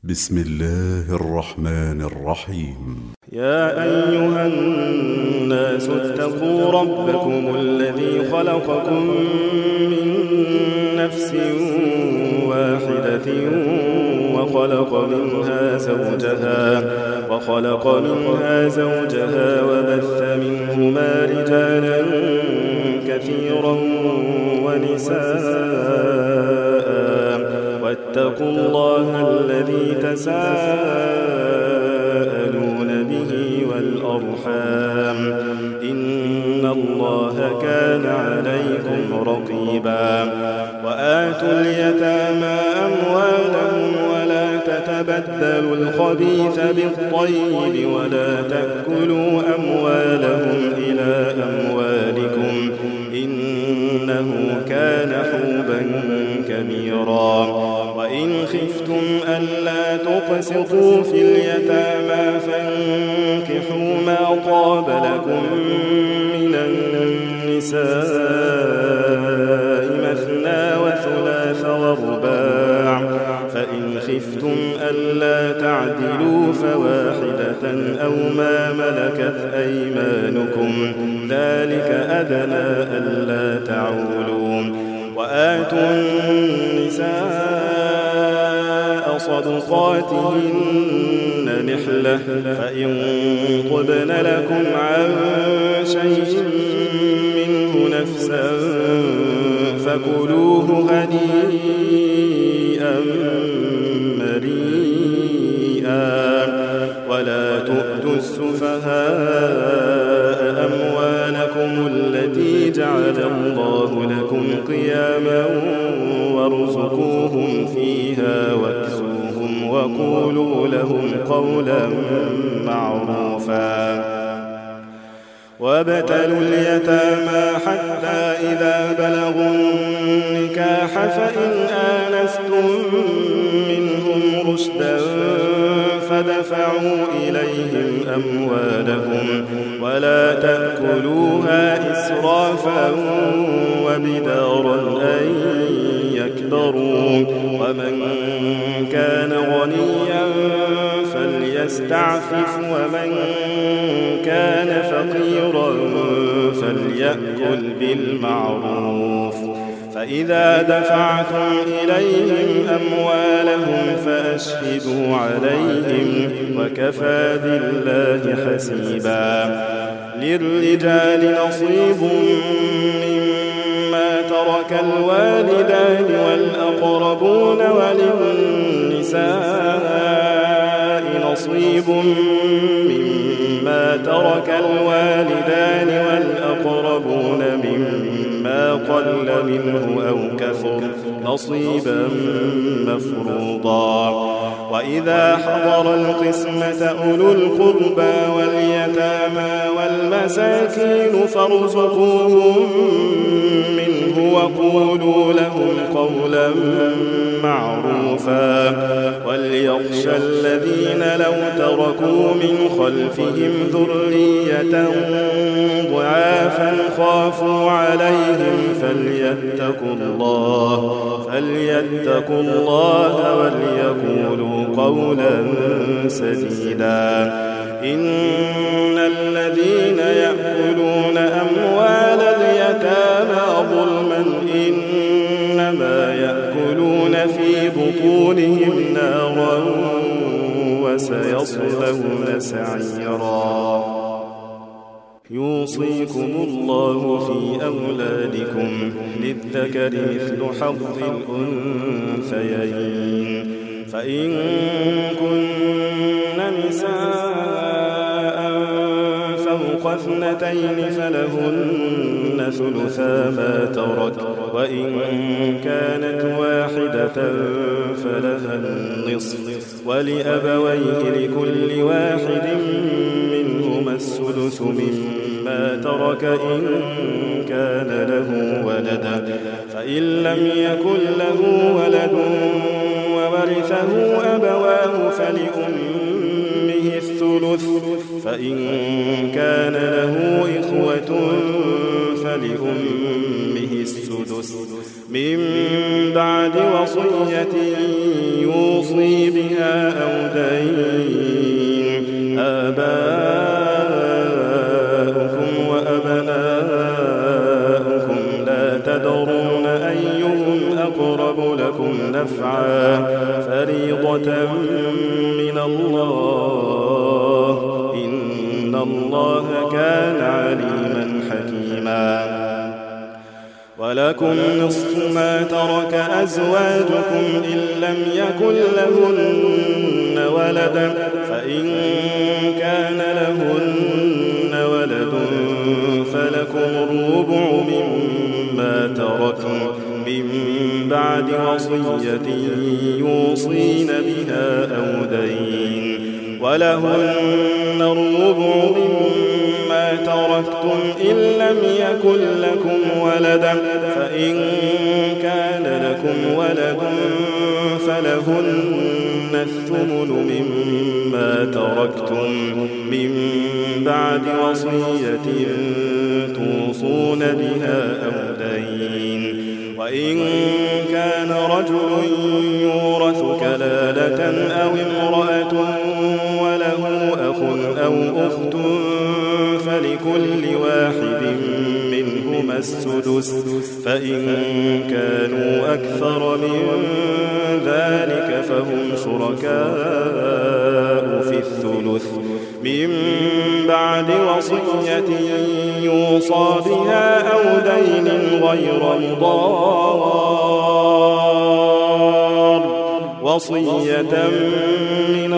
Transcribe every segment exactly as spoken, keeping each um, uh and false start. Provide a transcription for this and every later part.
بسم الله الرحمن الرحيم. يا أيها الناس اتقوا ربكم الذي خلقكم من نفس واحدة وخلق منها زوجها وخلق منها زوجها وبث منهما رجالا كثيرا ونساء واتقوا الله الذي تساءلون به والأرحام إن الله كان عليكم رقيبا. وآتوا اليتامى أموالهم ولا تتبدلوا الخبيث بالطيب ولا تأكلوا أموالهم إلى أموالكم إنه كان حوبا كبيرا. وإن خفتم ألا تقسطوا في اليتامى فانكحوا ما طاب لكم من النساء مثنى وثلاث ورباع فإن خفتم ألا تعدلوا فواحدة أو ما ملكت أيمانكم ذلك أدنى ألا تعولوا. وآتوا النساء صدقاتهن نحلة فإن طبن لكم عن شيء منه نفسا فكلوه هنيئا مريئا. ولا تؤتوا السفهاء أموالكم التي جعل الله لكم قياما وارزقوهم فيها واكسوهم وقولوا لهم قولا معروفا. وابتلوا اليتامى حتى إذا بلغوا النكاح فإن آنستم منهم رشدا فدفعوا إليهم أموالهم ولا تأكلوها إسرافا وبدارا أن يكبروا. ومن كان غنيا فليستعفف ومن كان فقيرا فليأكل بالمعروف. فإذا دفعتم إليهم أموالهم فأشهدوا عليهم وكفى بالله حسيبا. للرجال نصيب مما ترك الوالدان والأقربون وللنساء نصيب مما ترك الوالدان والأقربون مما قل منه أو كثر نصيبا مفروضا. وإذا حضر القسمة أولو القربى واليتامى والمساكين فارزقوهم منه وقولوا لهم قولا معروفا. وليخشى الذين لو تركوا من خلفهم ذرية ضعافا خافوا عليهم فليتقوا الله فليتقوا الله وليقولوا قولا سديدا. إن الذين يأكلون أموال اليتامى ظلما إنما يأكلون في بطونهم نارا وسيصلون سعيرا. يوصيكم الله في أولادكم للذكر مثل حظ الأنثيين فإن كن نساء فوق اثنتين فلهن ثلثا ما ترك وإن كانت واحدة فلها النصف ولأبويه لكل واحد منهما السدس مما ترك إن كان له ولد فإن لم يكن له ولد وورثه أبواه فلأمه الثلث فإن كان له إخوة فلأمه السدس السدس من بعد وصية يوصي بها أو دين. آباؤكم وأبناؤكم لا تدرون أيهم أقرب لكم نفعا فريضة من الله إن الله كان عليما حكيما. ولكم نصف ما ترك أزواجكم إن لم يكن لهن ولد فإن كان لهن ولد فلكم الربع مما تركتم من بعد وصية يوصين بها أو دين. ولهن الربع مما تركتم إن لم يكن لكم ولدا فإن كان لكم ولد فلهن الثمن مما تركتم من بعد وصية توصون بها أو دين. وإن كان رجل يورث كلالة أو امرأة وله أخ أو أخت فلكل واحد منهما السدس فإن كانوا أكثر من ذلك فهم شركاء في الثلث من بعد وصية يوصى بها أو دين غير مضار وصية من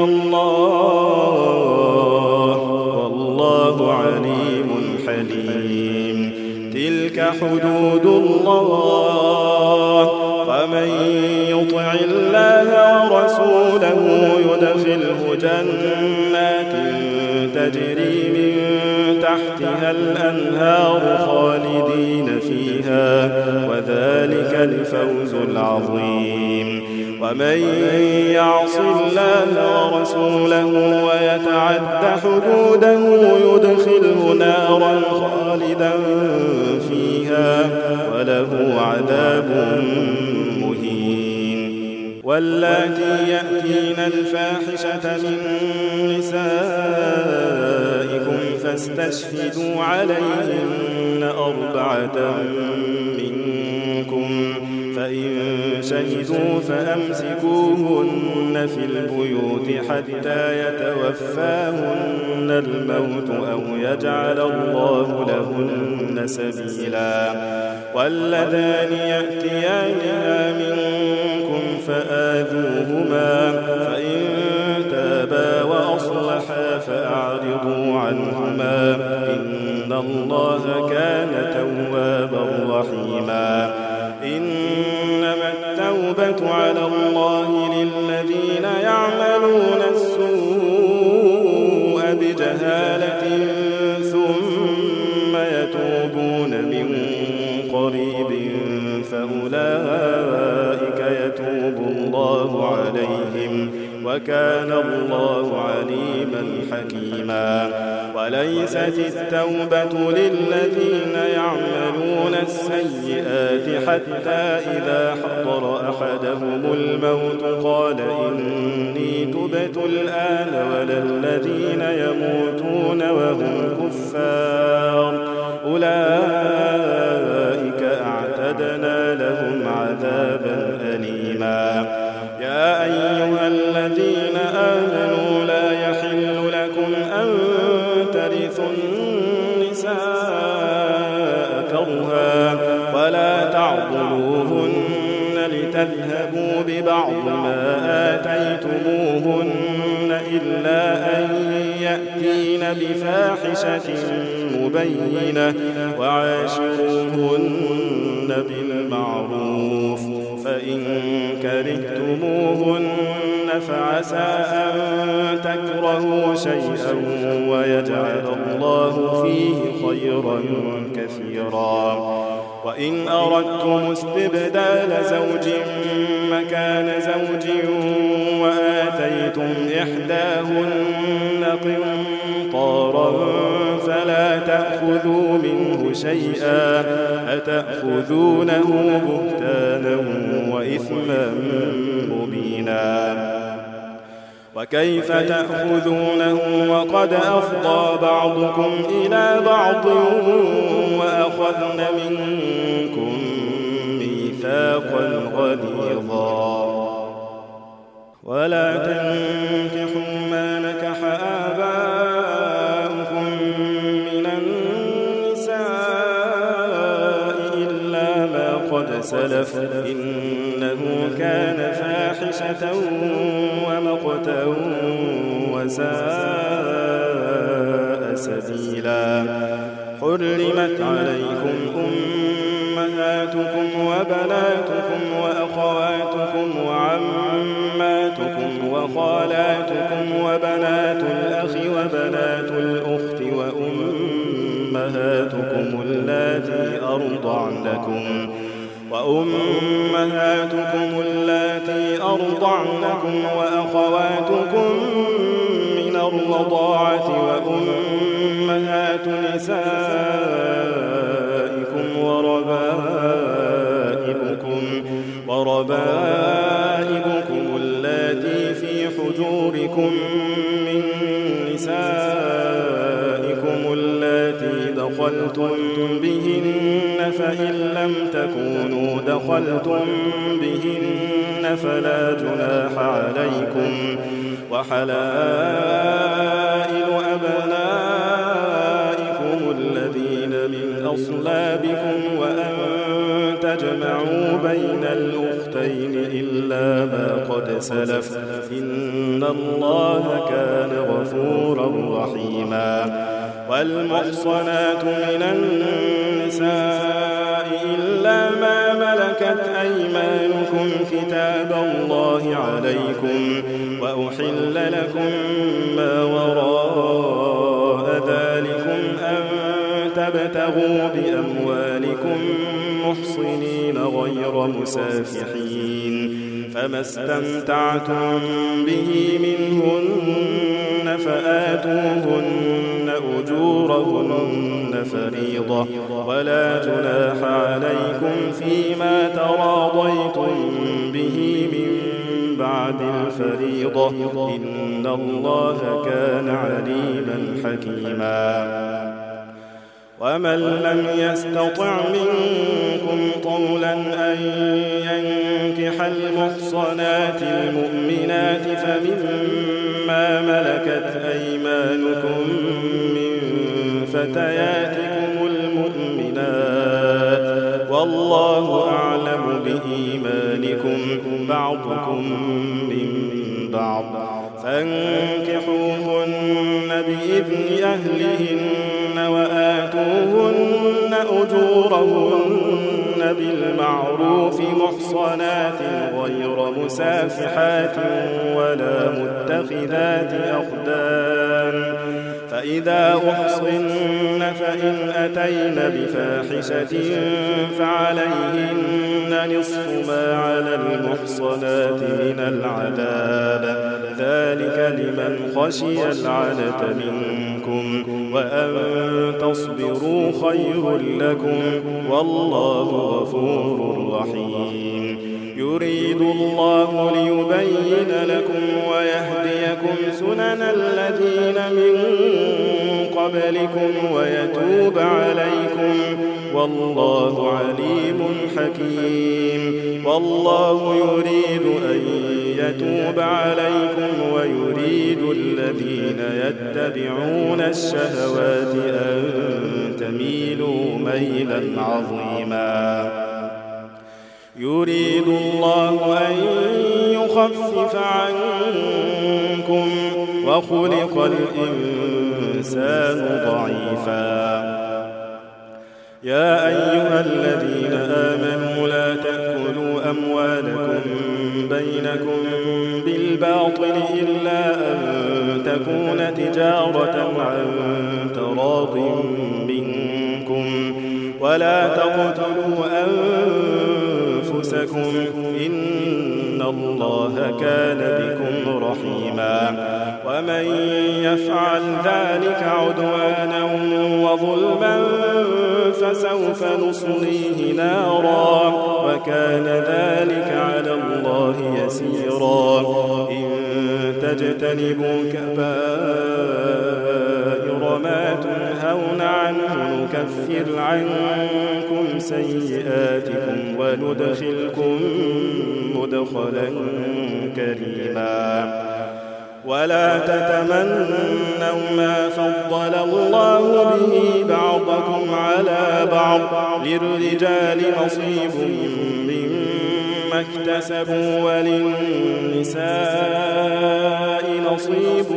الله والله عليم حليم. تلك حدود الله ومن يطع الله ورسوله يدخله جنات تجري من تحتها الأنهار خالدين فيها وذلك الفوز العظيم. ومن يعص الله ورسوله ويتعد حدوده يدخله نارا خالدا فيها وله عذاب مهين. واللاتي يأتين الفاحشة من نسائكم فاستشهدوا عليهن أربعة منكم فإن شهدوا فأمسكوهن في البيوت حتى يتوفاهن الموت أو يجعل الله لهن سبيلا. واللذان يأتيانها منكم فآذوهما فإن تابا وأصلحا فأعرضوا عنهما إن الله كان توابا رحيما. إنما التوبة على الله للذين يعملون السوء بجهالة ثم يتوبون من قريب فأولئك يتوب الله عليهم وكان الله عليما حكيما. وليست التوبة للذين يعملون السيئات حتى إذا حضر أحدهم الموت قال إني تبت الآن ولا الذين يموتون وهم كفار أولئك أعتدنا لهم عذابا أليما. يا أيها الذين آمنوا لا يحل لكم أن ترثوا النساء كرها ولا تعضلوهن لتذهبوا ببعض ما آتيتموهن إلا أن يأتين بفاحشة مبينة وعاشروهن بالمعروف فإن كرهتموهن فعسى أن تكرهوا شيئا ويجعل الله فيه خيرا كثيرا. وإن أردتم استبدال زوج مكان زوج وآتيتم إحداهن قنطارا فلا تأخذوا منه شيئا أتأخذونه بهتانا وإثما مبينا وكيف تأخذونه وقد أفضى بعضكم إلى بعض وأخذن منكم ميثاقا غليظا ولا تنكحوا ما نكح آباؤكم من النساء إلا ما قد سلف إنه كان فاحشة ومقتا وساء سبيلا حرمت عليكم أمهاتكم وبناتكم وأخواتكم وعماتكم وخالاتكم وبنات الأخ وبنات الأخت وأمهاتكم اللاتي أرضعنكم وأمهاتكم اللاتي أرضعنكم وأخواتكم من الرضاعة وأمهات نسائكم وربائبكم وربائبكم اللاتي في حجوركم من نسائكم اللاتي دخلتم بهن فإن لم تكونوا دخلتم بهن فلا جناح عليكم وحلائل أبنائكم الذين من أصلابكم وأن تجمعوا بين الأختين إلا ما قد سلف إن الله كان غفورا رحيما والمحصنات من النساء إلا ما ملكت أيمانكم كتاب الله عليكم وأحل لكم ما وراء ذلكم أن تبتغوا بأموالكم محصنين غير مسافحين فما استمتعتم به منهن فآتوهن أجورهن فريضة ولا جناح عليكم فيما تراضيتم به من بعد الفريضة إن الله كان عليما حكيما ومن لم يستطع منكم طولا أن ينكح المحصنات المؤمنات فمما ملكت أيمانكم من فتياتكم المؤمنات والله أعلم بإيمانكم بعضكم من بعض فانكحوهن بإذن أهلهن وآتوهن أجورهن بالمعروف محصنات غير مسافحات ولا متخذات أخدان فإذا أحصن فإن أتين بفاحشة فعليهن نصف ما على المحصنات من العذاب ذلك لمن خشي العنة منكم وأن تصبروا خير لكم والله غفور رحيم يريد الله ليبين لكم ويهديكم سنن الذين من قبلكم ويتوب عليكم والله عليم حكيم والله يريد أن يتوب عليكم ويريد الذين يتبعون الشهوات أن تميلوا ميلا عظيما يريد الله أن يخفف عنكم وخلق الإنسان ضعيفا يا أيها الذين آمنوا لا تأكلوا أموالكم بينكم بالباطل إلا أن تكون تجارة عن تراض منكم ولا تقتلوا أنفسكم إن الله كان بكم رحيما ومن يفعل ذلك عدوانا وظلما فسوف نصليه نارا وكان ذلك على الله يسيرا إن تجتنبوا كبائر ما تنهون عنه نكفر عنكم سيئاتكم وندخلكم مدخلا كريما ولا تتمنوا ما فضل الله به بعضكم على بعض للرجال نصيب مما اكتسبوا وللنساء نصيب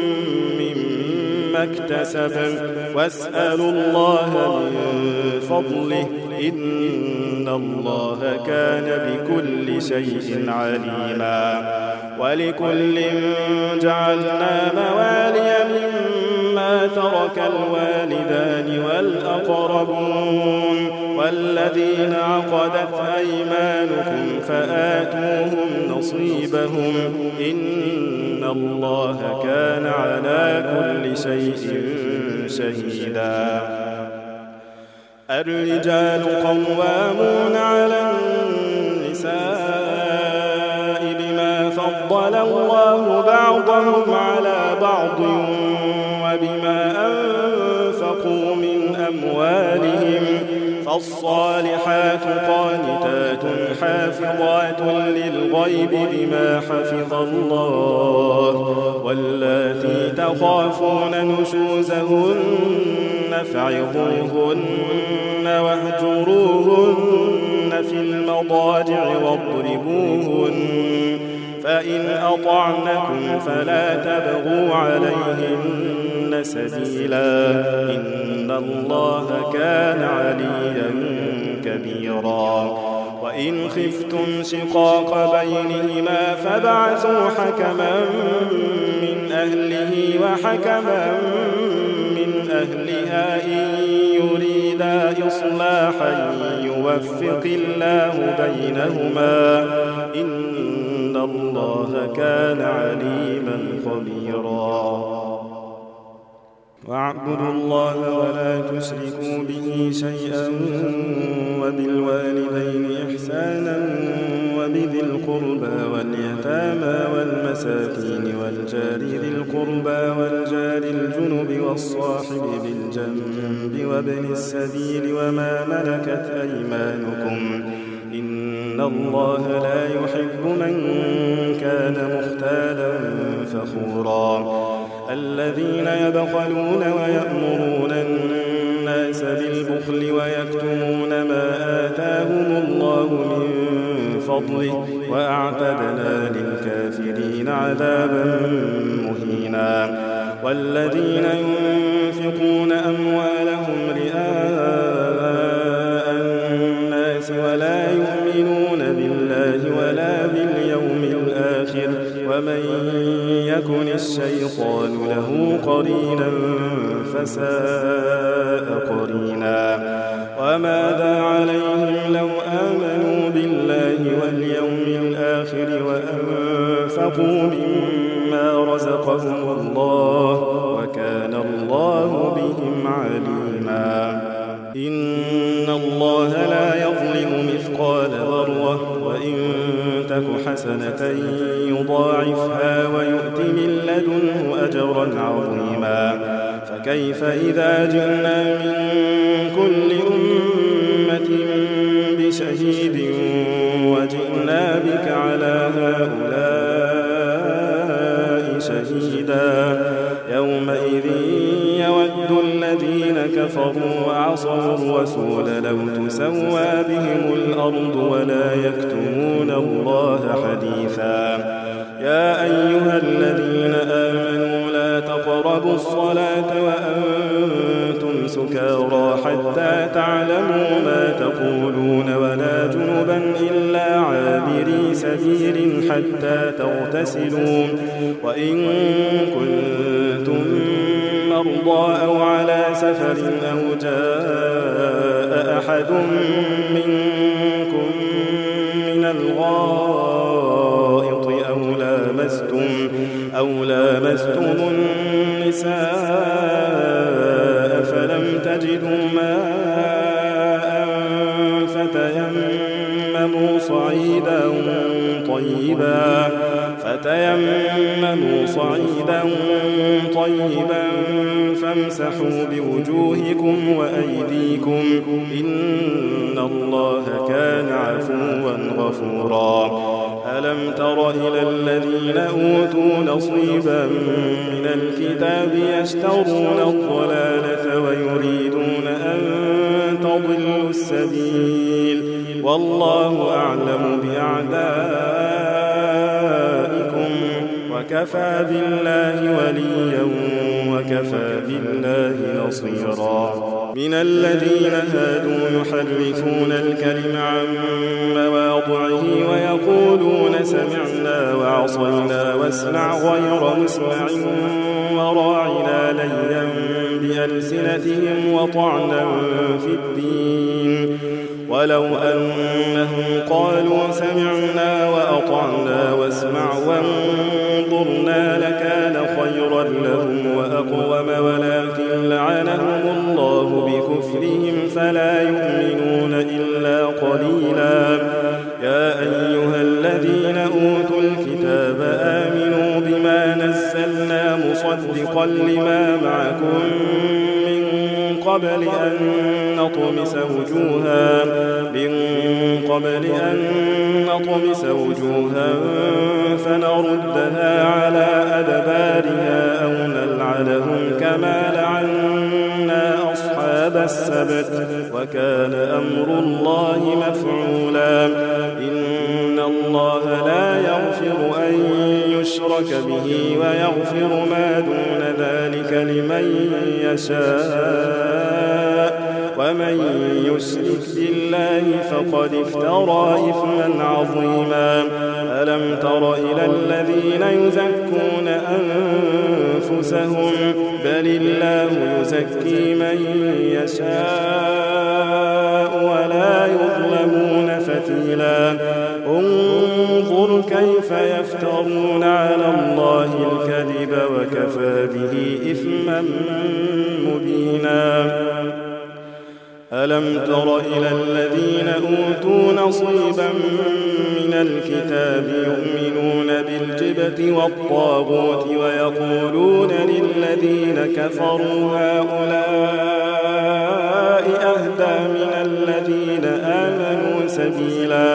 مما اكتسبن واسألوا الله من فضله إن الله كان بكل شيء عليما ولكل جعلنا موالي مما ترك الوالدان والأقربون والذين عقدت أيمانكم فآتوهم نصيبهم إن الله كان على كل شيء شهيدا الرجال قوامون على النساء بما فضل الله بعضهم على بعض وبما أنفقوا من أموالهم فالصالحات قانتات حافظات للغيب بما حفظ الله واللاتي تخافون نشوزهن فعظوهن واهجروهن في المضاجع واضربوهن فإن أطعنكم فلا تبغوا عليهن سبيلا إن الله كان عليا كبيرا وإن خفتم شقاق بينهما فابعثوا حكما من أهله وحكما من أهلها إن يريدا إصلاحا يوفق الله بينهما إن الله كان عليما خبيرا واعبدوا الله ولا تشركوا به شيئا وبالوالدين إحسانا وبذي القربى واليتامى والمساكين والجار ذي القربى والجار الجنب والصاحب بالجنب وابن السبيل وما ملكت أيمانكم إن الله لا يحب من كان مختالا فخورا الذين يبخلون ويأمرون الناس بالبخل ويكتمون ما آتاهم الله من فضله وأعتدنا للكافرين عذابا مهينا والذين ينفقون أموالهم رئاء الناس ولا يؤمنون بالله ولا باليوم الآخر ومن يكن الشيطان له قرينا فساء قرينا وماذا عليهم لو آمنوا بالله واليوم الآخر وأنفقوا مما رزقهم الله وكان الله بهم عليما إن الله لا يظلم مثقال ذرة وإن تك حسنة يضاعفها ويؤت من لدنه أجرا عظيما فكيف إذا جئنا من كل أمة بشهيد وجئنا بك على هؤلاء شهيدا يومئذ يود الذين كفروا وعصوا الرسول لو تسوى بهم الأرض ولا يكتمون الله حديثا يا أيها الذين آمنوا لا تقربوا الصلاة وأنتم سكارى حتى تعلموا ما تقولون ولا جنبا إلا عابري سبيل حتى تغتسلوا وإن كنتم مرضى أو على سفر أو جاء أحد منكم من الغائط أو لامستم, أو لامستم النساء فلم تجدوا ماء فتيمموا صعيدا طيبا فتيمموا صعيدا طيبا فامسحوا بوجوهكم وأيديكم إن الله كان عفوا غفورا. ألم تر إلى الذين أوتوا نصيبا من الكتاب يشترون الضلالة ويريدون أن تضلوا السبيل والله أعلم بأعدائكم وكفى بالله وليا وكفى بالله نصيرا. من الذين هادوا يحرفون الكلم عن مواضعه ويقولون سمعنا وعصينا واسمع غير مسمع وراعنا ليا بألسنتهم وطعنا في الدين ولو أنهم قالوا سمعنا وأطعنا واسمع وانظرنا لكان خيرا لهم وأقوم ولكن لعنهم الله بكفرهم فلا يؤمنون إلا قليلا. يا أيها الذين أوتوا الكتاب آمنوا بما نزلنا مصدقا لما معكم من قبل أن نطمس وجوها من قبل أن نطمس وجوها فنردها على أدبارها أو نلعنهم كما لعنا أصحاب السبت وكان أمر الله مفعولا. إن الله لا يغفر أن يشرك به ويغفر ما دون ذلك لمن يشاء ومن يشرك بالله فقد افترى إثما عظيما. ألم تر إلى الذين يزكون أنفسهم بل الله يزكي من يشاء ولا يظلمون فتيلا. انظر كيف يفترون على الله الكذب وكفى به إثما مبينا. ألم تر إلى الذين أوتوا نصيبا من الكتاب يؤمنون بالجبت والطاغوت ويقولون للذين كفروا هؤلاء أهدى من الذين آمنوا سبيلا.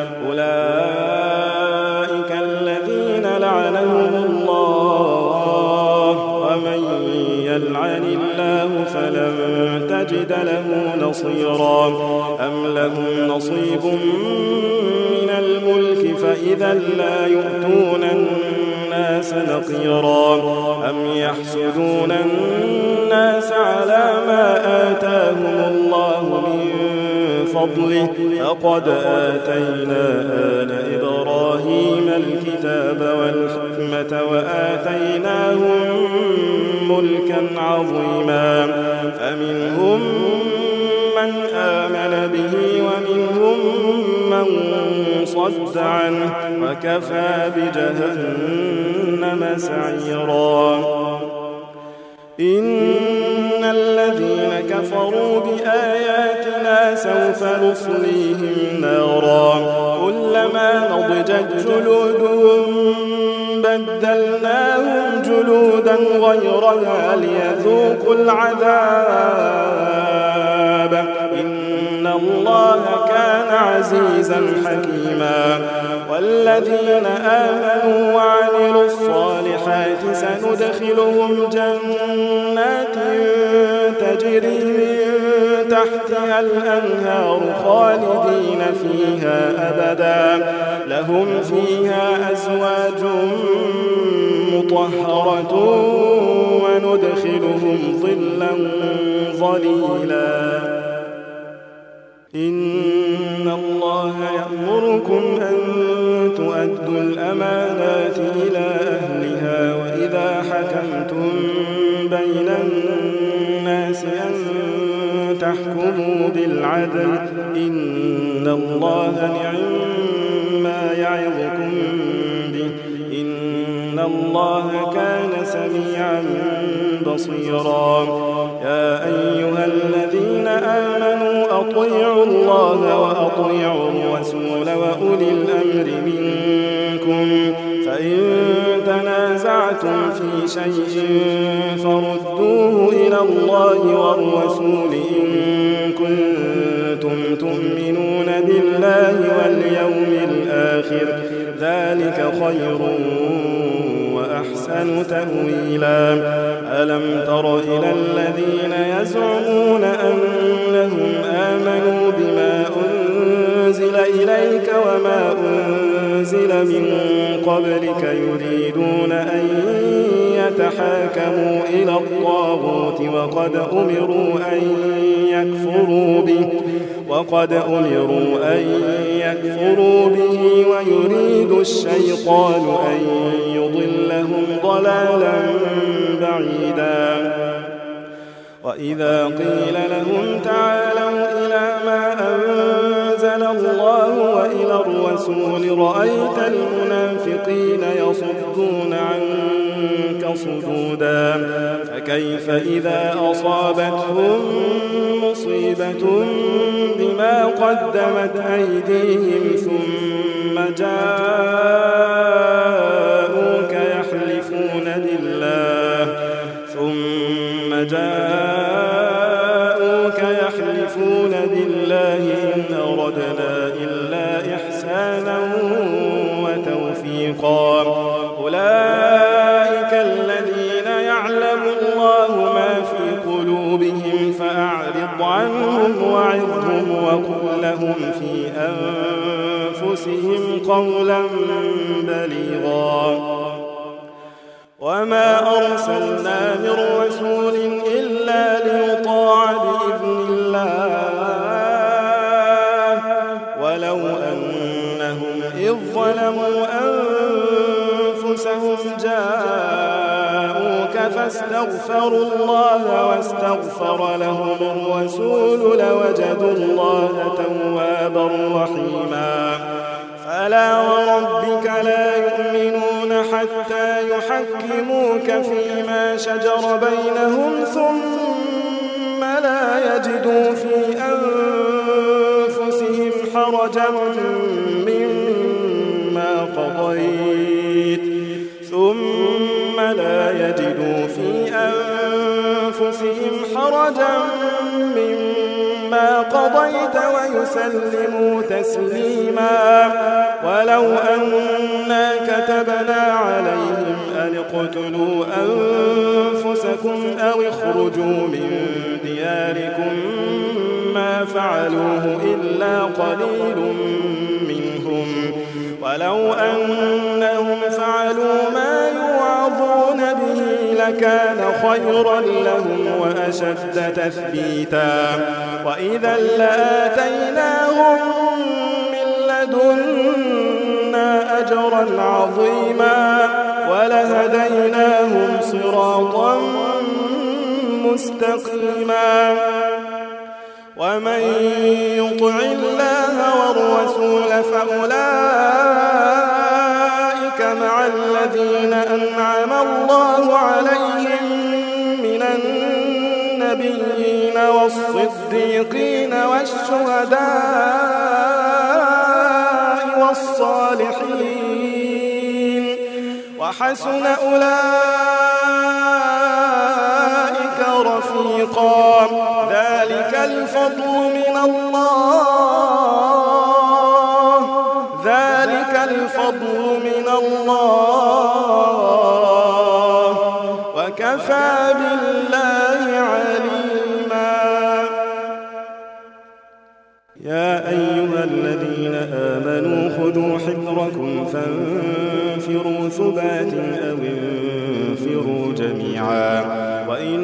أولئك الذين لعنهم الله ومن يلعن الله فلن تجد له نصيرا. أم لهم نصيب من الملك فإذا لا يؤتون الناس نقيرا. أم يحسدون الناس على ما آتاهم الله من فضله فقد آتينا آل إبراهيم الكتاب والحكمة وآتيناهم ملكا عظيما. فمنهم من آمن به ومنهم من صد عنه وكفى بجهنم سعيرا. إن الذين كفروا بآياتنا سوف نصليهم نارا كلما نضجت جلودهم بدلناهم جلودا غيرها ليذوقوا العذاب إن الله كان عزيزا حكيما. والذين آمنوا وعملوا الصالحات سندخلهم جنات تجري من تحتها الأنهار خالدين فيها أبدا لهم فيها أزواج مطهرة وندخلهم ظلا ظليلا. إن الله يأمركم أن تؤدوا الأمانات إلى أهلها وإذا حكمتم بين الناس أن تحكموا بالعدل إن الله نعم ما يعظكم به إن الله كان سميعا بصيرا يا أيها الذين آمنوا أطيعوا الله وأطيعوا الرسول وأولي الأمر منكم فإن تنازعتم في شيء فردوه إلى الله والرسول إن كنتم تؤمنون بالله واليوم الآخر ذلك خير وأحسن تأويلا ألم تر إلى الذين يزعمون أنهم آمنوا بما أنزل إليك وما أنزل من قبلك يريدون أن يتحاكموا إلى الطاغوت وقد أمروا أن يكفروا به وقد أمروا أن يكفروا به ويريد الشيطان أن يضلهم ضلالا بعيدا وإذا قيل لهم تعالوا إلى ما أنزل الله وإلى الرسول رأيت المنافقين يصدون عنك صدودا فكيف إذا أصابتهم مصيبة بما قدمت أيديهم ثم جاءوك يحلفون بالله ثم جاءوك يحلفون بالله إن أردنا إلا إحسانا وتوفيقا أولئك الذين يعلم الله ما في قلوبهم فأعرض عنهم وعظهم وقل لهم في أنفسهم قولا بليغا وما أرسلنا من رسول إلا ليطاع بإذن الله ولو أنهم إذ ظلموا أنفسهم جاءوك فاستغفروا الله واستغفر لهم الرسول لوجدوا الله توابا رحيما فلا وربك لا يؤمنون حتى يحكموك فيما شجر بينهم ثم لا يجدوا في أنفسهم حرجا مما قضيت ثم لا يجدوا في أنفسهم حرجا مما قضيت ويسلموا تسليما ولو أنا كتبنا عليهم أن اقتلوا أنفسكم أو اخرجوا من دياركم ما فعلوه إلا قليل منهم ولو أنهم فعلوا ما يوعظون به لكان خيرا لهم وأشد تثبيتا وإذا لآتيناهم من لدنا أجرا عظيما ولهديناهم صراطا مستقيما ومن يطع الله والرسول فأولئك مع الذين أنعم الله عليهم من النبيين والصديقين والشهداء والصالحين وحسن أولئك رفيقا ذلك الفضل من الله ذلك الفضل من الله وكفى بالله عليما يا أيها الذين آمنوا خذوا حذركم فانفروا ثبات أو انفروا جميعا وإن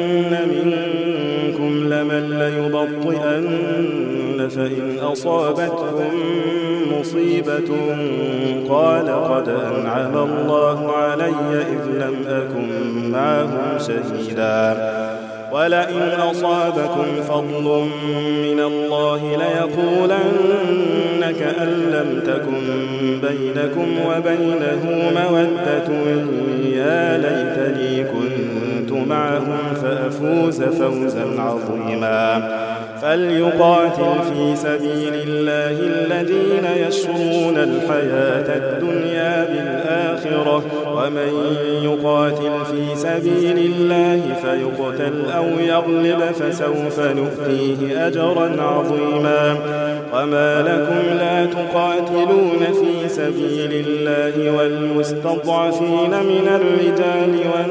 منكم لمن ليبطئن فإن أصابتهم مصيبة قال قد أنعم الله علي إذ لم أكن معهم شهيدا ولئن أصابكم فضل من الله ليقولن كأن لم تكن بينكم وبينه مودة يا ليتني كنت معهم فأفوز فوزا عظيما فليقاتل في سبيل الله الذين يشرون الحياة الدنيا بالآخرة ومن يقاتل في سبيل الله فيقتل أو يغلب فسوف نؤتيه أجرا عظيما وما لكم لا تقاتلون في سبيل الله والمستضعفين من الرجال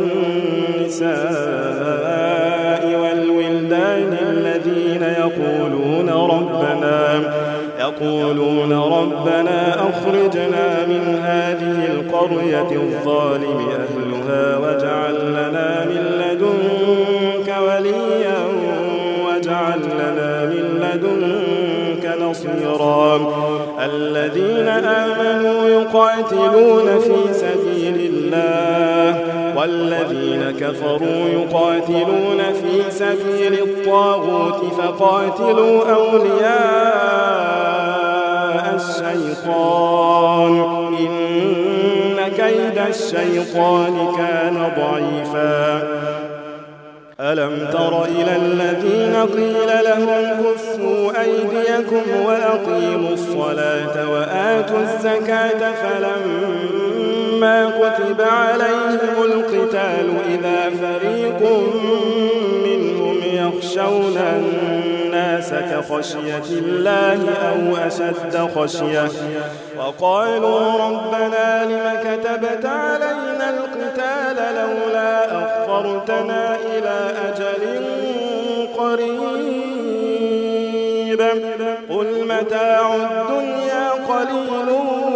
والنساء والولدان الذين يقولون ربنا يقولون ربنا أخرجنا من هذه القرية الظالم أهلها واجعل لنا من لدنك وليا واجعل لنا من لدنك نصيرا الذين آمنوا يقاتلون في سبيل الله والذين كفروا يقاتلون في سبيل الطاغوت فقاتلوا أولياء الشيطان إن كيد الشيطان كان ضعيفا ألم تر إلى الذين قيل لهم كفوا أيديكم وأقيموا الصلاة وآتوا الزكاة فلما كتب عليهم القتال إذا فريق منهم يخشون الناس كخشية الله أو أشد خشية وقالوا ربنا لم كتبت علينا القتال لولا أخرتنا إلى أجل قريب قل متاع الدنيا قليل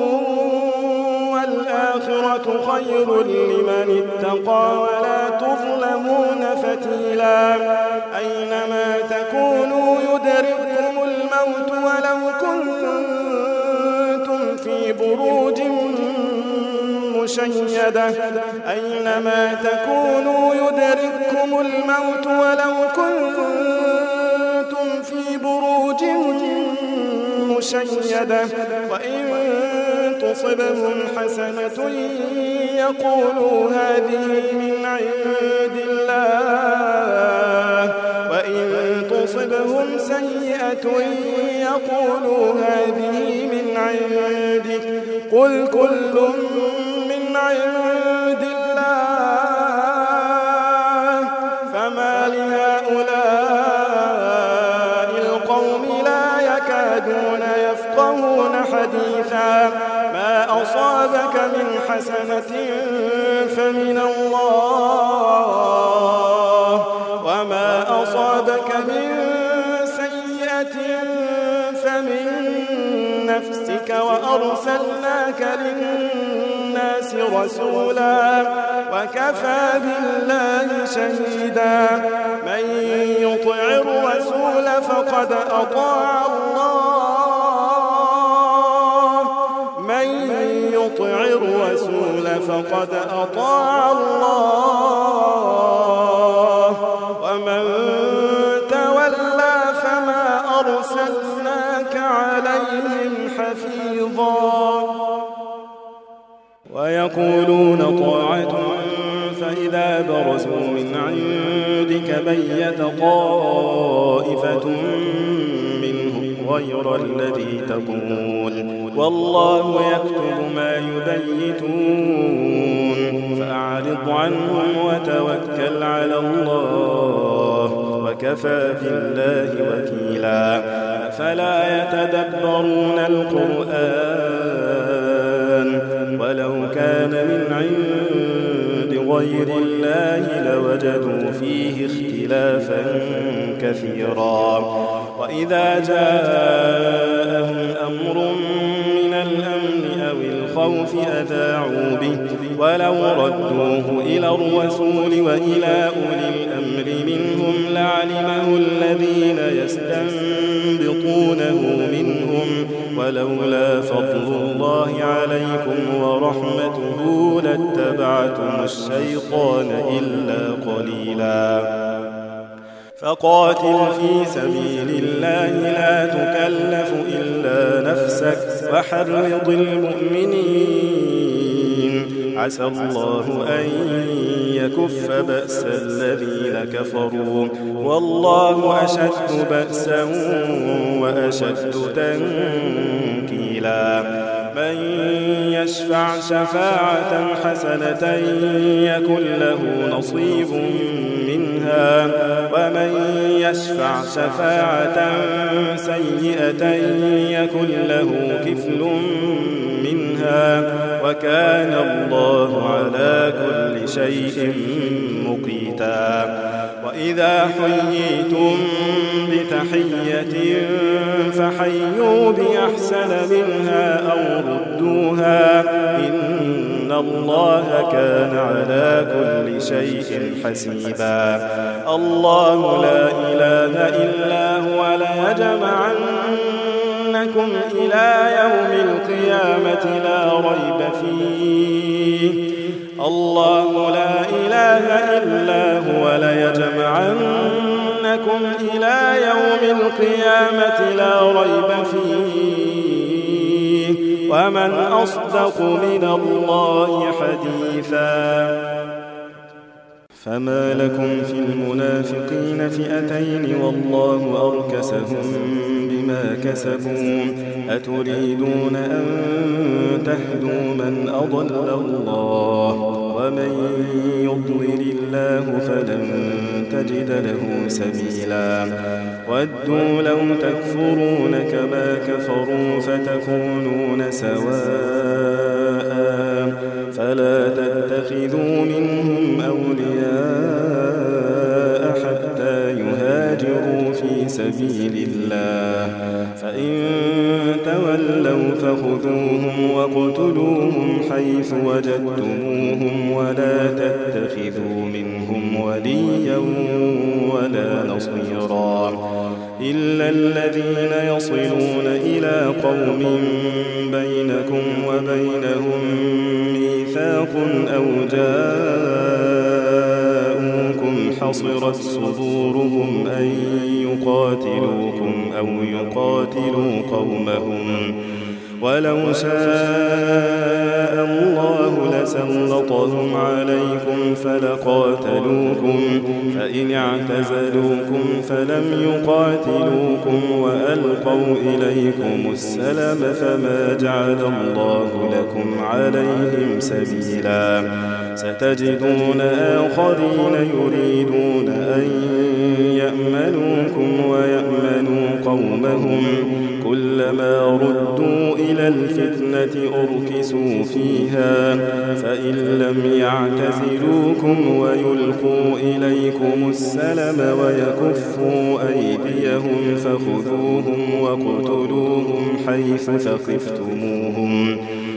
والآخرة خير لمن اتقى ولا تظلمون فتيلا أينما تكونوا يدرككم الموت ولو كنتم في بروج مشيدة أينما تكونوا يدرككم الموت ولو كنتم في بروج مشيدة وإن تصبهم حسنة يقولوا هذه من عند الله وإن تصبهم سيئة يقولوا هذه من عندك قل كل من عند الله فما لهؤلاء القوم لا يكادون يفقهون حديثا ما أصابك من حسنة فمن الله وما أصابك من سيئة فمن نفسك وأرسلناك للناس رسولا وكفى بالله شهيدا من يطع الرسول فقد أطاع الله من يطع الرسول فقد أطاع الله ومن تولى فما أرسلناك عليهم حفيظا ويقولون طاعة فإذا برزوا من عندك بيت طائفة منهم غير الذي تقول والله يكتب ما يبيتون فأعرض عنهم وتوكل على الله وكفى بالله وكيلا فلا يتدبرون القرآن ولو كان من عند غير الله لوجدوا فيه اختلافا كثيرا وإذا جاءهم أمر من الأمن أو الخوف أذاعوا به ولو ردوه إلى الرسول وإلى أولي الأمر منهم لعلمه الذين يستنبطونه منهم ولولا فضل الله عليكم ورحمته لاتبعتم الشيطان إلا قليلا فقاتل في سبيل الله لا تكلف إلا نفسك وحرض المؤمنين عسى الله أن يكف بأس الذين كفروا والله أشد بأسا وأشد تنكيلا من يشفع شفاعة حسنة يكن له نصيب منها ومن يشفع شفاعة سيئة يكن له كفل منها وكان الله على كل شيء مقيتا وإذا حييتم بتحية فحيوا بأحسن منها أو ردوها إن الله كان على كل شيء حسيبا الله لا إله إلا هو ليجمعنكم إلى يوم القيامة لا ريب فيه الله لا إله إلا هو ليجمعنكم إلى يوم القيامة لا ريب فيه ومن أصدق من الله حديثا فما لكم في المنافقين فئتين والله أركسهم بما كسبوا أتريدون أن تهدوا من أضل الله ومن يضلل الله فلن تجد له سبيلا ودوا لو تكفرون كما كفروا فتكونون سواء فلا تتخذوا منهم أولياء حتى يهاجروا في سبيل الله فإن تولوا فخذوهم واقتلوهم حيث وجدتموهم ولا تتخذوا منهم وليا ولا نصيرا إلا الذين يصلون إلى قوم بينكم وبينهم ميثاق أو جاءوكم حصرت صدورهم أن يقاتلوكم أو يقاتلوا قومهم ولو شاء الله لسلطهم عليكم فلقاتلوكم فإن اعتزلوكم فلم يقاتلوكم وألقوا إليكم السلم فما جعل الله لكم عليهم سبيلا ستجدون آخرين يريدون أن يأمنوكم ويأمنوا قومهم كلما ردوا إلى الفتنة أركسوا فيها فإن لم يعتزلوكم ويلقوا إليكم السلم ويكفوا أيديهم فخذوهم واقتلوهم حيث ثقفتموهم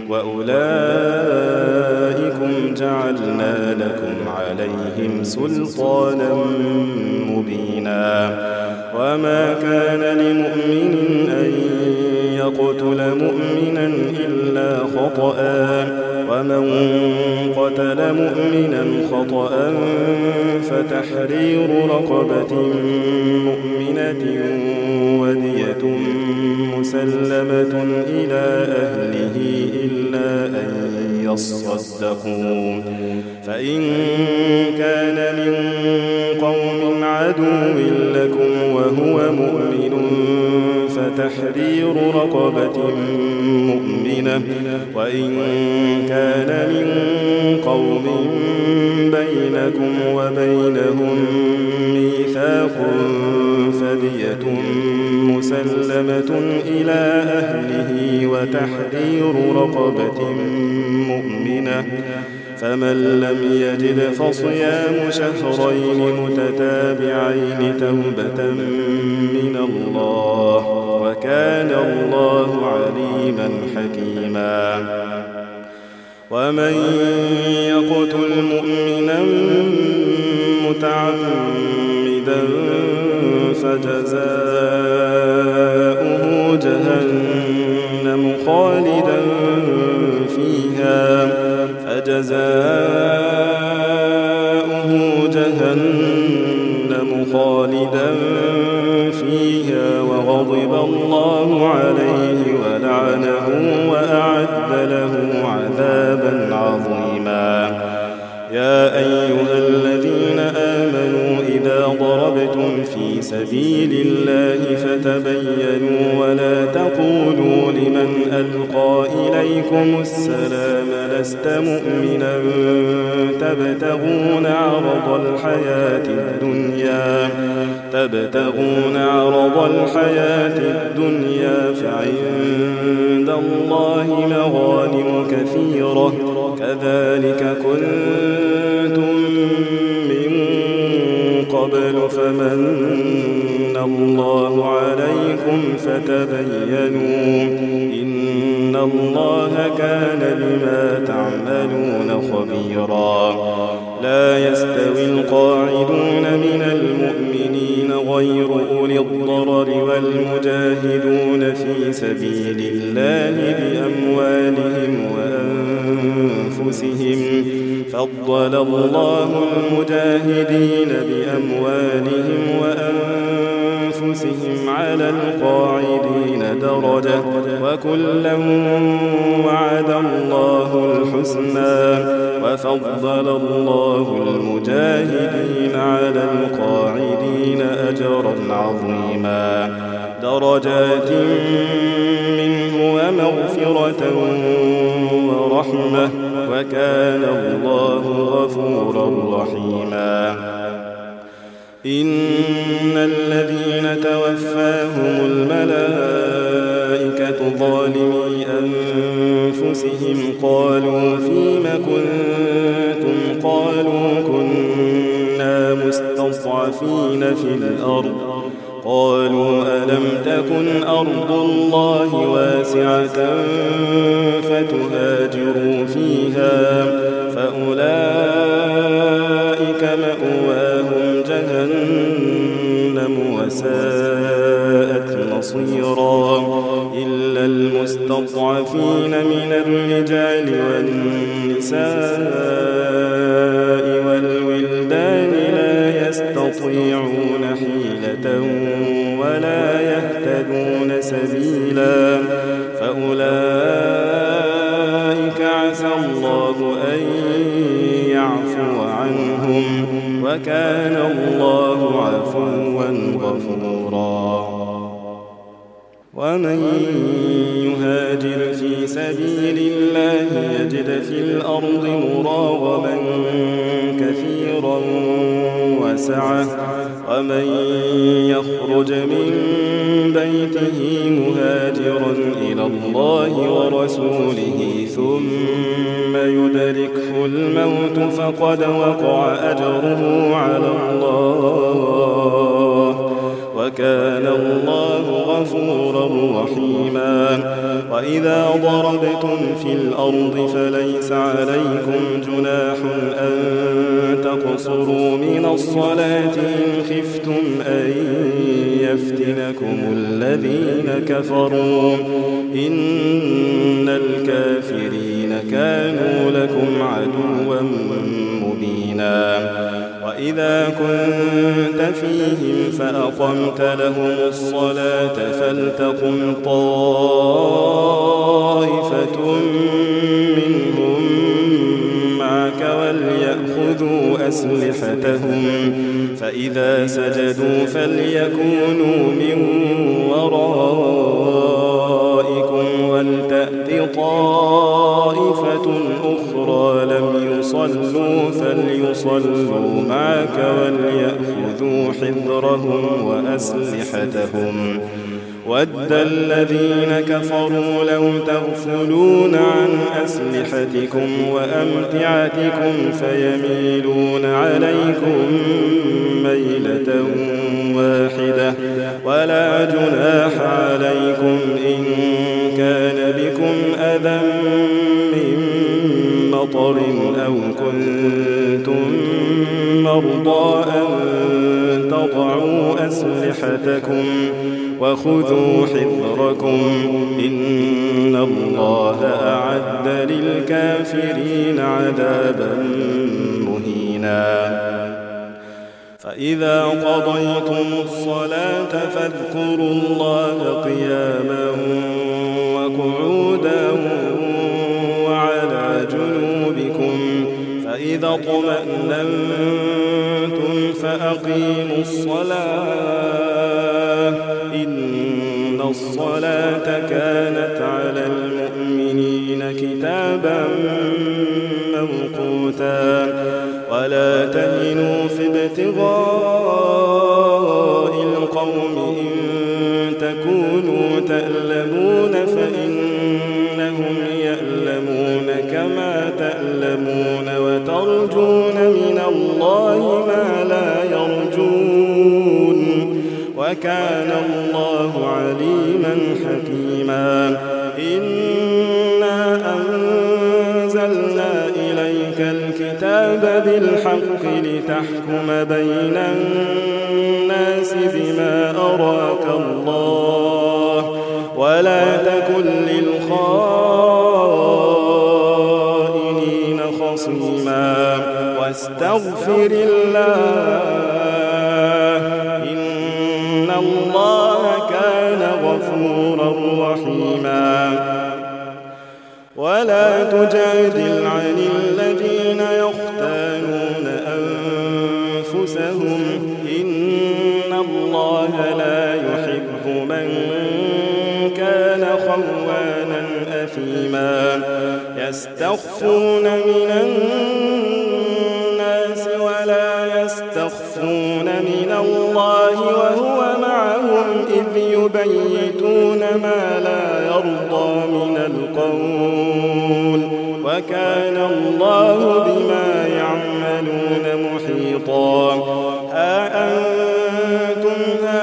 وأولئكم جعلنا لكم عليهم سلطانا مبينا وما كان لمؤمن أن يقتل مؤمنا إلا خطأ ومن قتل مؤمنا خطأ فتحرير رقبة مؤمنة ودية مسلمة إلى أهله إلا أن يصدقوا فإن كان من قوم عدو لكم وهو مؤمن فتحرير رقبة مؤمنة وإن كان من قوم بينكم وبينهم ميثاق فدية مسلمة إلى أهله وتحرير رقبة مؤمنة فمن لم يجد فصيام شهرين متتابعين توبة من الله وكان الله عليما حكيما ومن يقتل مؤمنا متعمدا فجزاؤه جهنم خالدا فيها فجزاؤه جهنم خالدا غضب الله عليه ولعنه وأعد له عذابا عظيما. يا أيها الذين آمنوا إذا ضربتم في سبيل الله فتبينوا ولا تقولوا لمن ألقى إليكم السلام لست مؤمنا تبتغون عرض الحياة الدنيا تبتغون عرض الحياة الدنيا فعند الله مغانم كثيرة كذلك كنتم من قبل فمن الله عليكم فتبينوا إن الله كان بما تعملون خبيرا. لا يستوي القاعدون من المؤمنين غير أولي الضرر والمجاهدون في سبيل الله بأموالهم وأنفسهم فضل الله المجاهدين بأموالهم وأنفسهم على القاعدين درجة وكلا وعد الله الحسنى وفضل الله المجاهدين على القاعدين أجرا عظيما درجات منه ومغفرة ورحمة وكان الله غفورا رحيما. إن الذين توفاهم الملائكة ظالمي أنفسهم قالوا فيم كنتم قالوا كنا مستضعفين في الأرض قالوا ألم تكن أرض الله واسعة فتهاجروا فيها فأولئك مأواهم جهنم وساءت مصيرا إلا المستضعفين من الرجال والنساء والولدان لا يستطيعون حيلة ولا يهتدون سبيلا فأولئك عسى الله أن يعفو عنهم وكان الله عفوا غفورا. ومن يهاجر في سبيل الله يجد في الأرض مراغما كثيرا وسعة ومن يخرج من بيته مهاجرا إلى الله ورسوله ثم يدركه الموت فقد وقع أجره على الله وكان الله غفورا رحيما. وإذا ضربتم في الأرض فليس عليكم جناح أن تقصروا من الصلاة إن خفتم أن يفتنكم الذين كفروا إن الكافرين كانوا لكم عدوا مبينا. وإذا كنت فيهم فأقمت لهم الصلاة فلتقم طائفة منهم معك وليأخذوا أسلحتهم فإذا سجدوا فليكونوا من ورائكم ولتأت طائفة أخرى لم يصلوا فليصلوا معك وليأخذوا حذرهم وأسلحتهم ود الذين كفروا لو تغفلون عن أسلحتكم وأمتعتكم فيميلون عليكم ميلة واحدة ولا جناح عليكم إن كان بكم أذى من مطر أو كنتم مرضى أن تضعوا أسلحتكم وخذوا حذركم إن الله أعد للكافرين عذابا مهينا. فإذا قضيتم الصلاة فاذكروا الله قياما وقعودا وعلى جنوبكم فإذا اطمأننتم فأقيموا الصلاة إن الصلاة كانت على المؤمنين كتابا موقوتا ولا تهنوا في ابتغاء القوم إن تكونوا تألمون فإنهم يألمون كما تألمون وترجون من الله ما لا يرجون وكان الله عليما حكيما إنا أنزلنا إليك الكتاب بالحق لتحكم بين الناس بما أراك الله ولا تكن للخائنين خصيما واستغفر الله إن الله كان غفورا رحيما ولا تجادل عن الذين يختانون أنفسهم إن الله لا يحب من كان خوانا أثيما يستخفون من الناس ولا يستخفون من الله وهو معهم إذ يبيتون ما لا يرضى من القول وكان الله بما يعملون محيطا ها أنتم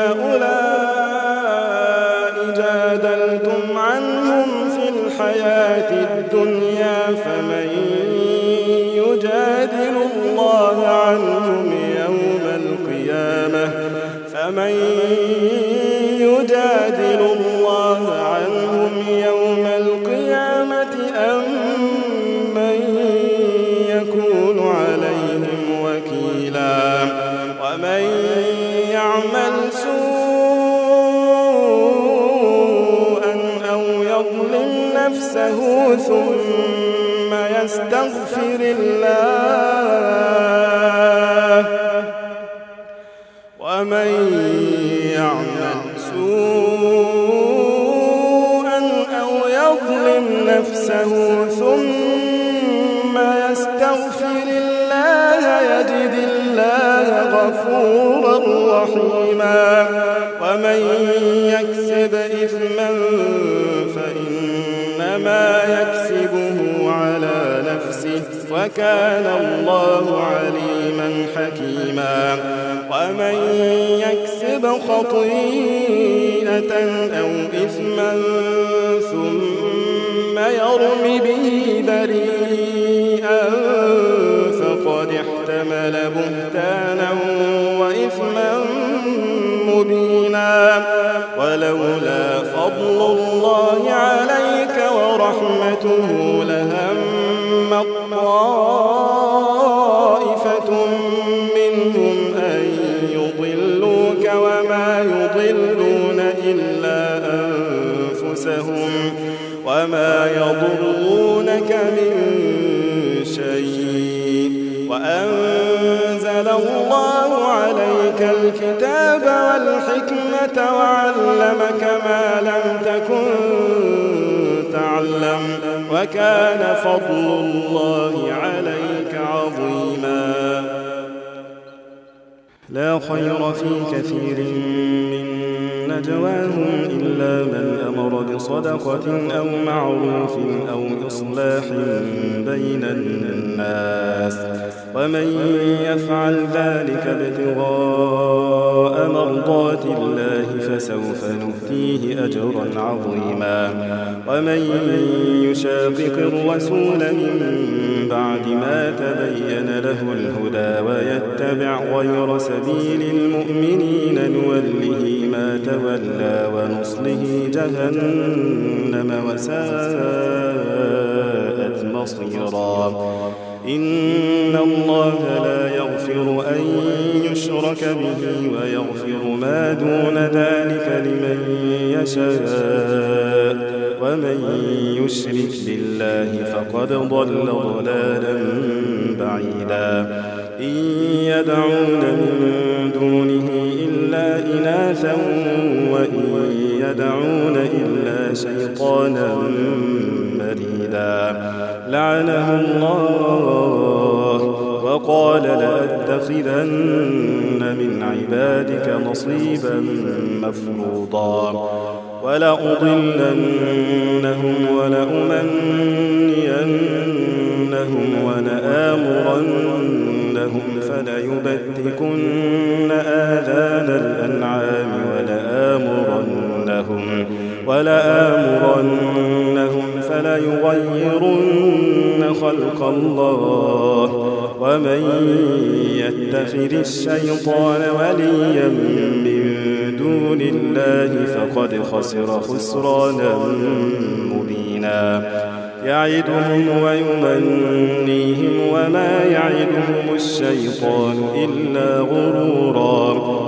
هؤلاء جادلتم عنهم في الحياة الدنيا فمن يجادل الله عنهم يوم القيامة فمن يجادل الله عنهم يوم القيامة أم من يكون عليهم وكيلا ومن يعمل سوءا أو يظلم نفسه ثم يستغفر الله ومن يعمل سوءا أو يظلم نفسه ثم يستغفر الله يجد الله غفورا رحيما ومن يكسب إثما فإنما يكسبه على نفسه وكان الله عليما حكيما ومن يكسب خطيئة أو إثما ثم يرم به بريئا فقد احتمل بهتانا وإثما مبينا ولولا فضل الله عليك ورحمته لهم طائفة منهم أن يضلوك وما يضلون إلا أنفسهم وما يضرونك من شيء وأنزل الله عليك الكتاب والحكمة وعلمك ما لم تكن تعلم وكان فضل الله عليك عظيما لا خير في كثير من نجواهم إلا من أمر بصدقة أو معروف أو إصلاح بين الناس ومن يفعل ذلك ابتغاء مرضات الله فسوف نؤتيه أجرا عظيما ومن يشاقق الرسول من بعد ما تبين له الهدى ويتبع غير سبيل المؤمنين نوله ما تولى ونصله جهنم وساءت مصيرا إن الله لا يغفر أن يشرك يشرك به ويغفر ما دون ذلك لمن يشاء ومن يشرك بالله فقد ضل ضلالا بعيدا إن يدعون من دونه إلا إناثا وإن يدعون إلا شيطانا مريدا لعنه الله وقال لأتخذن من عبادك نصيبا مفروضا ولأضلنهم ولأمنينهم ولآمرنهم فليبتكن آذان الأنعام ولآمرنهم ولآمرنهم فليغيرن خلق الله ومن يتخذ الشيطان وليا من دون الله فقد خسر خسرانا مبينا يعدهم ويمنيهم وما يعدهم الشيطان إلا غرورا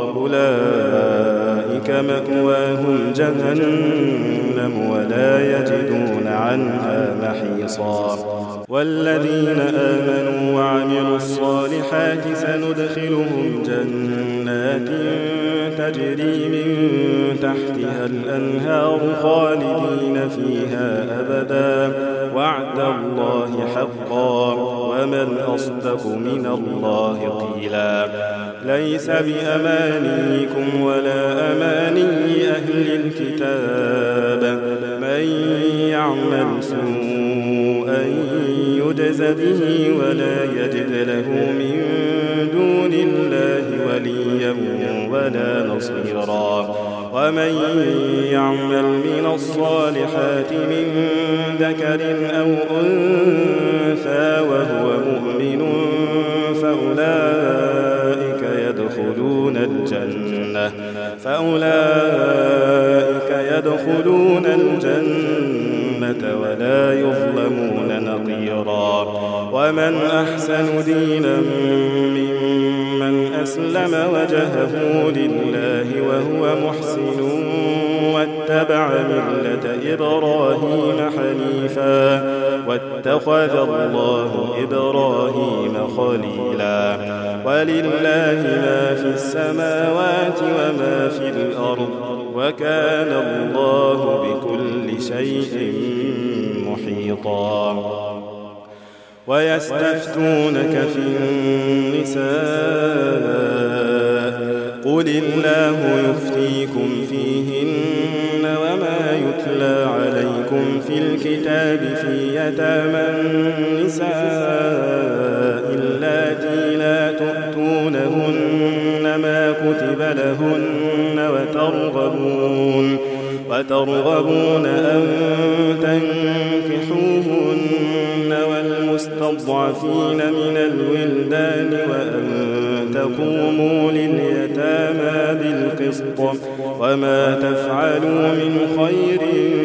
أولئك مأواهم جهنم ولا يجدون عنها محيصا والذين آمنوا وعملوا الصالحات سندخلهم جنات تجري من تحتها الأنهار خالدين فيها أبدا وعد الله حقا ومن أصدق من الله قيلا ليس بأمانيكم ولا أماني أهل الكتاب من يعمل سوءا يجز به ولا يجد له من دون الله وليا ولا نصيرا ومن يعمل من الصالحات من ذكر أو أنثى وهو مؤمن فأولئك يدخلون الجنة فأولئك يدخلون الجنة ولا يظلمون نقيرا ومن أحسن دينا ممن أسلم وجهه لله وهو محسن واتبع ملة إبراهيم حنيفا واتخذ الله إبراهيم خليلا ولله ما في السماوات وما في الأرض وكان الله بكل شيء محيطا ويستفتونك في النساء قل الله يفتيكم فيهن وما يتلى عليكم في الكتاب في يتامى النساء اللاتي لا تؤتونهن ما كتب لهن وترغبون وترغبون أن تنكحوهن والمستضعفين من الولدان وأن تقوموا لليتامى بالقسط وما تفعلوا من خير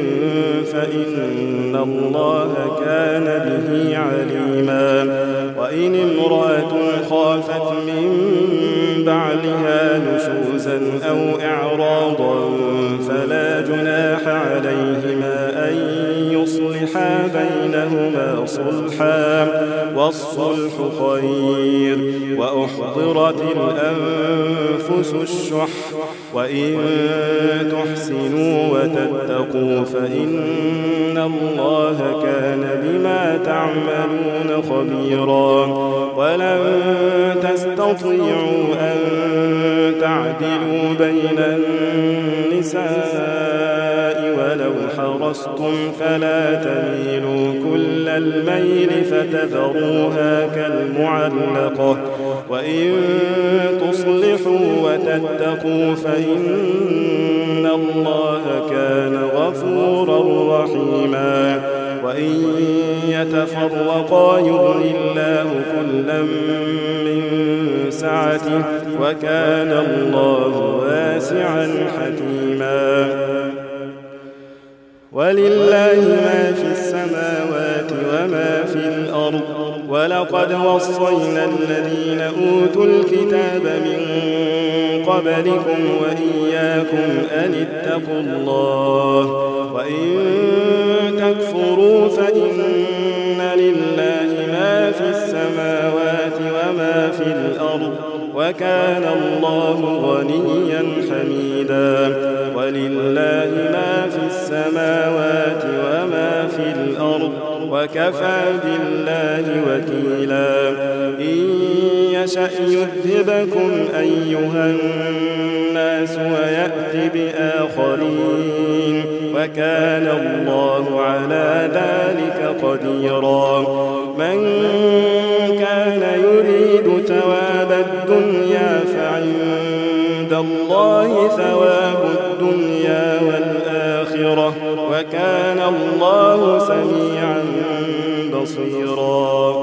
فإن الله كان به عليما وإن امرأة خافت من بعلها نشوزا أو إعراضا فلا جناح عليهما أن يصلحا بينهما صلحا والصلح خير وأحضرت الأنفس الشح وإن تحسنوا وتتقوا فإن الله كان بما تعملون خبيرا ولن تستطيعوا أن تعدلوا بين النساء ولو حرصتم فلا تميلوا كل الميل فتذروها كالمعلقة وإن تصلحوا وتتقوا فإن الله كان غفورا رحيما وإن يتفرقا يغن الله كلا من سعته وكان الله واسعا حكيما ولله ما في السماوات وما في الأرض ولقد وصينا الذين أوتوا الكتاب من قبلكم وإياكم أن اتقوا الله وإن تكفروا فإن لله ما في السماوات وما في الأرض وكان الله غنيا حميدا ولله ما في السماوات وما في الأرض وكفى بالله وكيلا إن يشأ يذهبكم أيها الناس ويأت بآخرين وكان الله على ذلك قديرا من كان يريد ثواب الدنيا فعند الله ثواب الدنيا والآخرة وكان الله سميعا بصيرا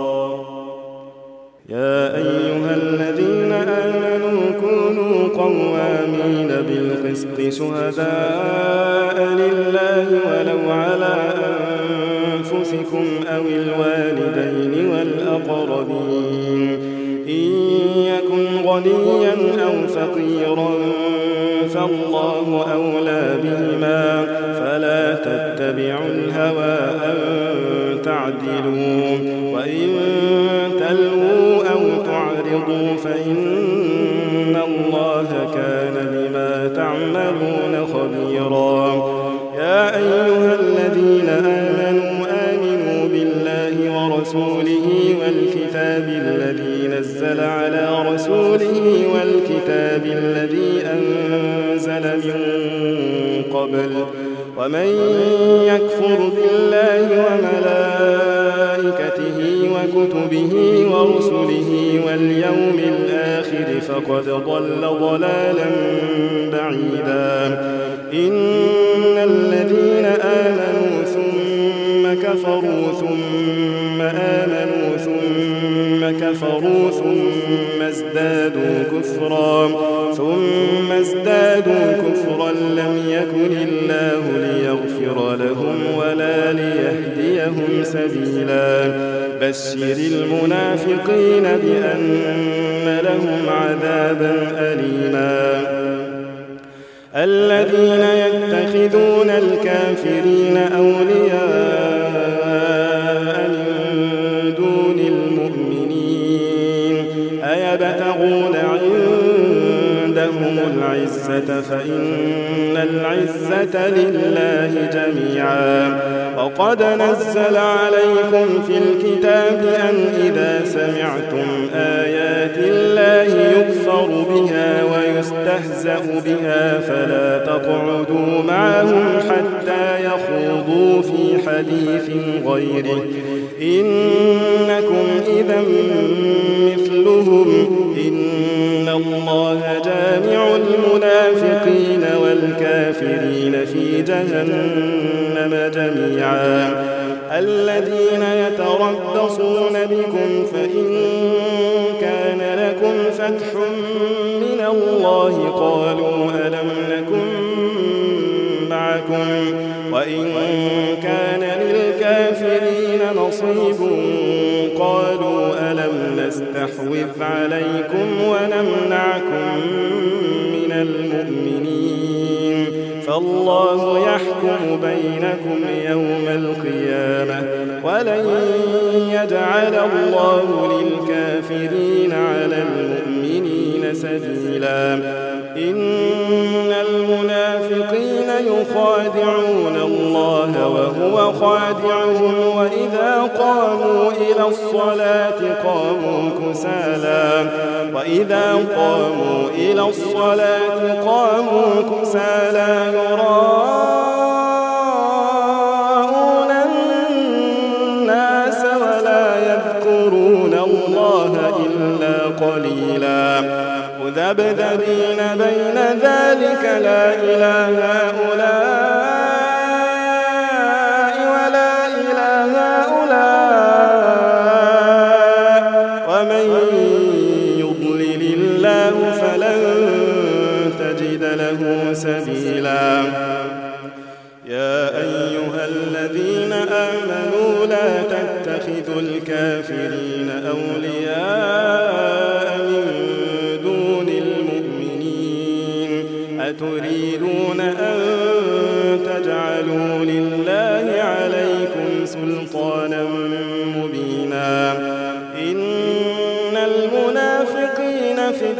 يا أيها الذين آمنوا كونوا قوامين بالقسط شهداء لله ولو على أنفسكم أو الوالدين والأقربين إن يكن غنيا أو فقيرا فالله أولى بهما فلا تتبعوا الهوى أن تعدلوا وإن تلووا أو تعرضوا فإن الله كان بما تعملون خبيرا يا أيها الذين آمنوا آمنوا بالله ورسوله والكتاب الذي نزل على رسوله والكتاب الذي أنزل من قبل ومن يكفر بالله وملائكته وكتبه ورسله واليوم الآخر فقد ضل ضلالا بعيدا إن الذين آمنوا ثم كفروا ثم آمنوا ثم كفروا ثم ازدادوا كفرا ثم ازدادوا كفرا لم يكن الله ليغفر لهم ولا ليهديهم سبيلا بشر المنافقين بأن لهم عذابا أليما الذين يتخذون الكافرين أولياء من دون المؤمنين أيبتغون عندهم العزة فإن العزة لله جميعا وقد نزل عليكم في الكتاب أن إذا سمعتم آيات الله يكفر بها ويستهزأ بها فلا تقعدوا معهم حتى يخوضوا في حديث غيره إنكم إذا مثلهم إن الله جامع المنافقين والكافرين في جهنم جميعا الذين يتربصون بكم فإن كان لكم فتح من الله قالوا ألم نكن معكم وإن كان للكافرين نصيب قالوا ألم نستحوذ عليكم ونمنعكم من المؤمنين فالله يحكم بينكم يوم القيامة ولن يجعل الله للكافرين على المؤمنين سبيلا إن المنافقين يخادعون الله وهو خادعهم وإذا قاموا إلى الصلاة قاموا كسالى وإذا قاموا إلى الصلاة قاموا كسالى يراءون الناس ولا يذكرون الله إلا قليلا مذبذبين بين ذلك لا إله هؤلاء ولا إله هؤلاء ومن يضلل الله فلن تجد له سبيلا يا أيها الذين آمنوا لا تتخذوا الكافرين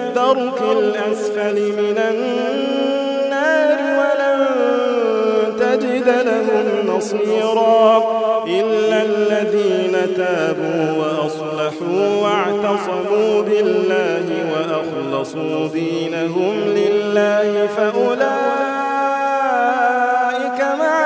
الدرك الأسفل من النار ولن تجد لهم نصيرا إلا الذين تابوا وأصلحوا واعتصموا بالله وأخلصوا دينهم لله فأولئك مع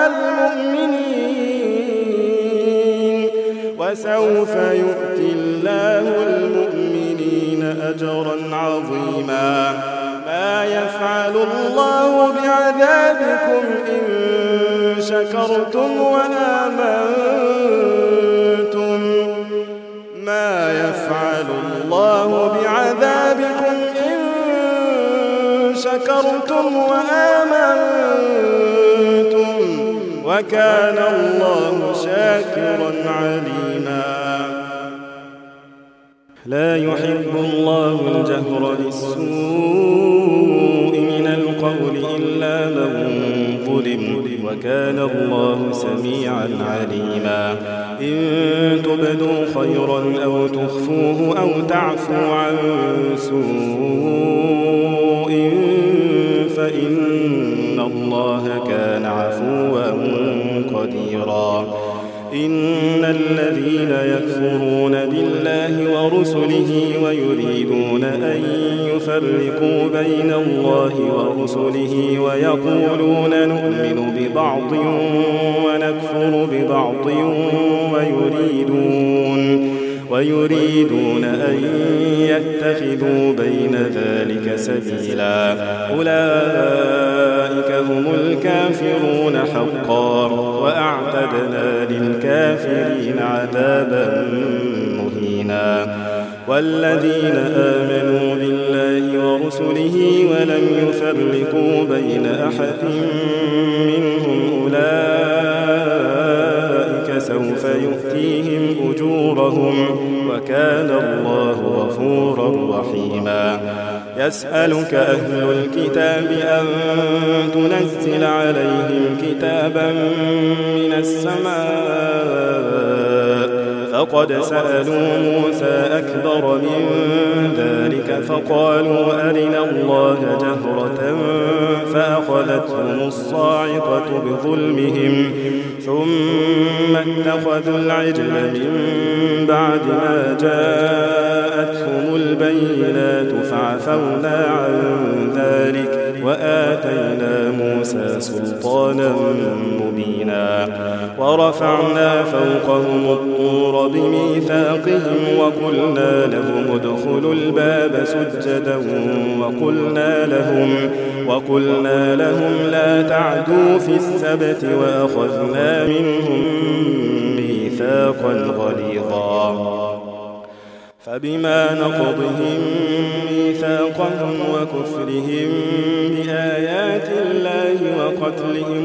المؤمنين وسوف يؤتي الله المؤمنين أجرا عظيما ما يفعل الله بعذابكم إن شكرتم وآمنتم ما يفعل الله بعذابكم إن شكرتم وآمنتم وكان الله شاكرا عليما لا يحب الله الجهر بالسوء من القول إلا من ظلم وكان الله سميعا عليما إن تبدوا خيرا أو تخفوه أو تعفوا عن سوء فإن الله كان عفوا قديرا إن الذين يكفرون بالله ورسله ويريدون أن يفرقوا بين الله ورسله ويقولون نؤمن ببعض ونكفر ببعض ويريدون ويريدون أن يتخذوا بين ذلك سبيلا أولئك هم الكافرون حقا وأعتدنا للكافرين عذابا مهينا والذين آمنوا بالله ورسله ولم يفرقوا بين أحد منهم أولئك سوف يؤتيهم أجورهم وكان الله غفورا رحيما يسألك أهل الكتاب أن تنزل عليهم كتابا من السماء فقد سألوا موسى أكبر من ذلك فقالوا أرنا الله جهرة فأخذتهم الصاعقة بظلمهم ثم اتخذوا العجل من بعد ما جاءتهم البينات فعفونا عن ذلك وآتينا موسى سلطانا مبينا ورفعنا فوقهم الطور بميثاقهم وقلنا لهم ادخلوا الباب سجدا وقلنا لهم وقلنا لهم لا تعدوا في السبت وأخذنا منهم ميثاقا غليظا فبما نقضهم ميثاقهم وكفرهم بآيات الله وقتلهم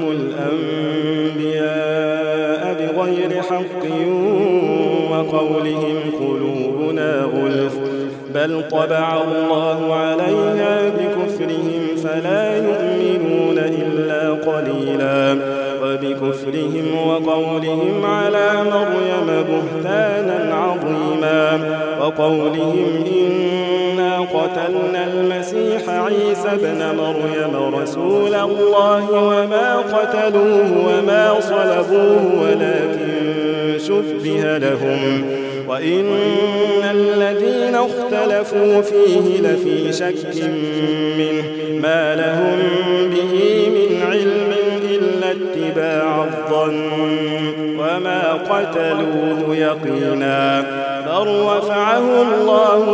الأنبياء بغير حق وقولهم قلوبنا غلف بل طبع الله عليها بكفرهم فلا يؤمنون إلا قليلا وبكفرهم وقولهم على مريم بهتانا عظيما وقولهم إنا قتلنا المسيح عيسى ابن مريم رسول الله وما قتلوه وما صلبوه ولكن شبه لهم وإن الذين اختلفوا فيه لفي شك منه ما لهم به من علم إلا اتباع الظن وما قتلوه يقينا بل رفعه الله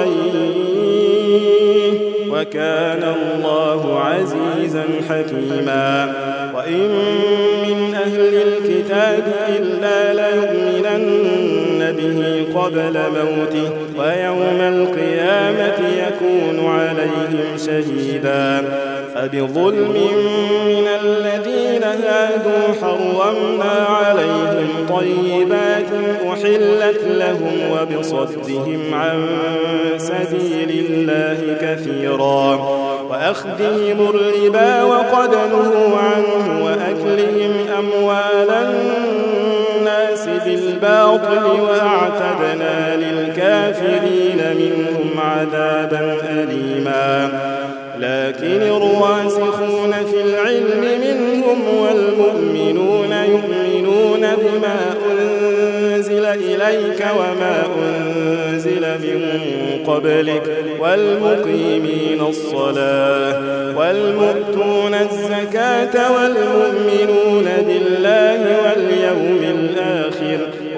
إليه وكان الله عزيزا حكيما وإن من أهل الكتاب إلا ليؤمنن به قبل موته ويوم القيامة يكون عليهم شهيدا فبظلم من الذين هادوا حرمنا عليهم طيبات أحلت لهم وبصدهم عن سبيل الله كثيرا وأخذهم الربا وقد نهوا عنه وأكلهم أموال الناس بالباطل وأعتدنا للكافرين منهم عذابا أليما. لكن الراسخون في العلم منهم والمؤمنون يؤمنون بما أنزل إليك وما أنزل من قبلك والمقيمين الصلاة والمؤتون الزكاة والمؤمنون بالله واليوم الآخر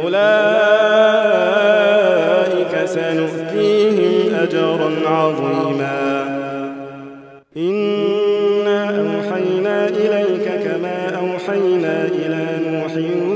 أولئك سنؤتيهم أجرا عظيما. إنا أوحينا إليك كما أوحينا إلى نوح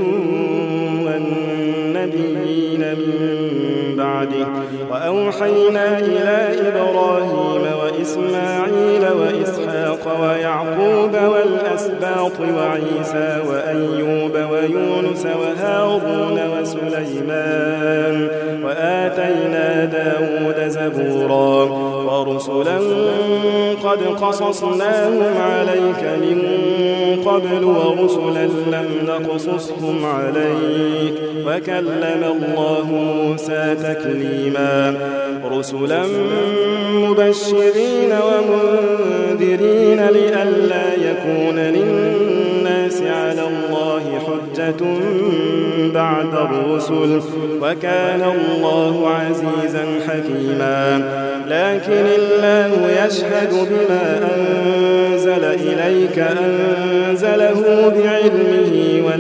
والنبيين من بعده وأوحينا إلى إبراهيم وإسماعيل وإسحاق ويعقوب والأسباط وعيسى وأيوب ويونس وهارون وسليمان وآتينا داود زبورا ورسلا قد قصصناهم عليك من قبل ورسلا لم نقصصهم عليك وكلم الله موسى تكليما. رسلا مبشرين ومنذرين لئلا يكون للناس على الله حجة بعد الرسل وكان الله عزيزا حكيما. لكن الله يشهد بما أنزل إليك أنزله بعلمه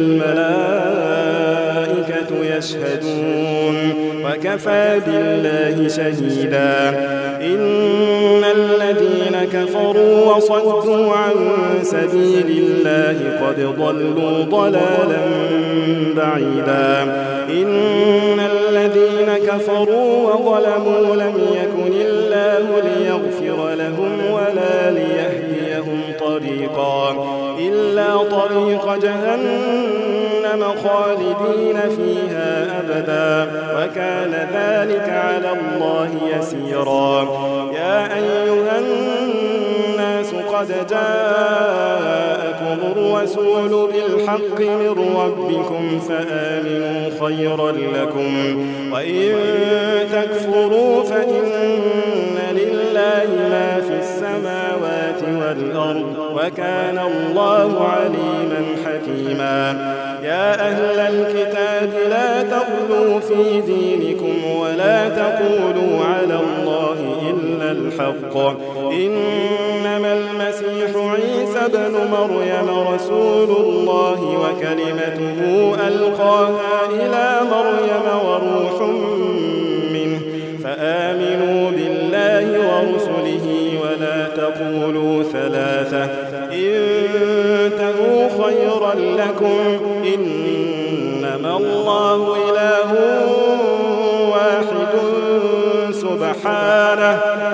والملائكة يشهدون وكفى بالله شهيدا. إن الذين كفروا وصدوا عن سبيل الله قد ضلوا ضلالا بعيدا. إن الذين كفروا وظلموا لم يكن الله ليغفر لهم ولا ليهديهم طريقا إلا طريق جهنم خالدين فيها أبدا وكان ذلك على الله يسيرا. يا أيها الناس قد جاءكم الرسول بالحق من ربكم فآمنوا خيرا لكم وإن تكفروا فإن لله ما في السماوات والأرض وكان الله عليما حكيما. يا أهل الكتاب لا تغلوا في دينكم ولا تقولوا على الله إلا الحق إنما المسيح عيسى بن مريم رسول الله وكلمته ألقاها إلى مريم وروح منه فآمنوا بالله ورسله ولا تقولوا ثلاثة انتهوا خيرا لكم إنما الله إله واحد سبحانه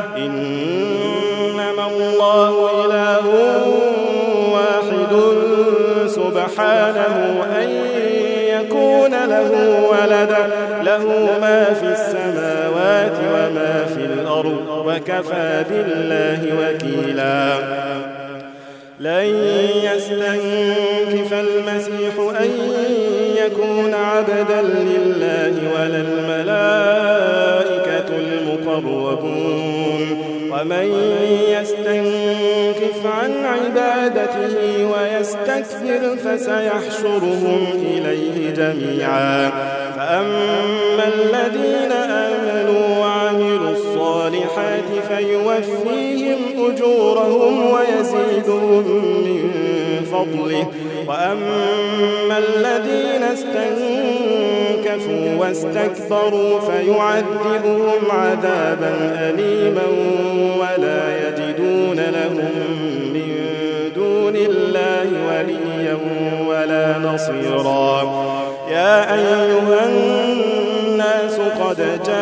إنما الله إله واحد سبحانه أن يكون له ولدا له ما في السماوات وما في الأرض وكفى بالله وكيلا. لن يستنكف المسيح أن يكون عبدا لله ولا الملائكة المقربون ومن يستنكف عن عبادته ويستكبر فسيحشرهم إليه جميعا. فأما الذين آمنوا وعملوا الصالحات فيوفيهم أجورهم ويزيدهم من فضله وأما الذين استنكفوا واستكبروا فيعذبهم عذابا أليما ولا يجدون لهم من دون الله وليا ولا نصيرا. يا أيها الناس قد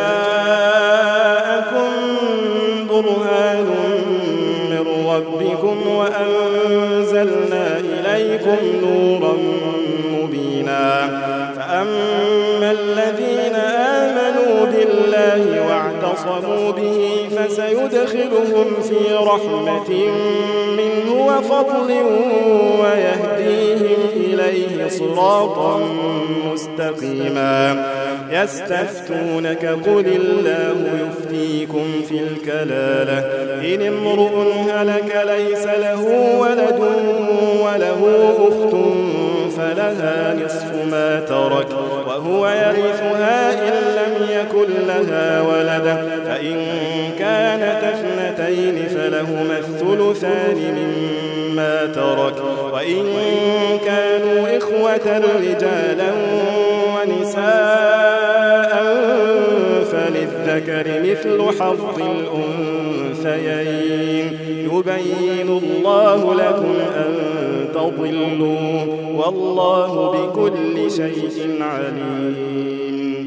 جاءكم برهان من ربكم وأنزلنا إليكم نورا مبينا. فأما الذين آمنوا بالله واعتصموا به فسيدخلهم في رحمة منه وفضل ويهديهم إليه صراطا مستقيما. يستفتونك قل الله يفتيكم في الكلالة إن امرؤ هلك ليس له ولد وله أخت فلها نصف ما ترك وهو يرثها إن لم يكن لها ولد فإن كانت اثنتين فلهما الثلثان مما ترك وإن كانوا إخوة رجالا ونساء فللذكر مثل حظ الأنثيين يبين الله لكم أن تضلوا والله بكل شيء عليم.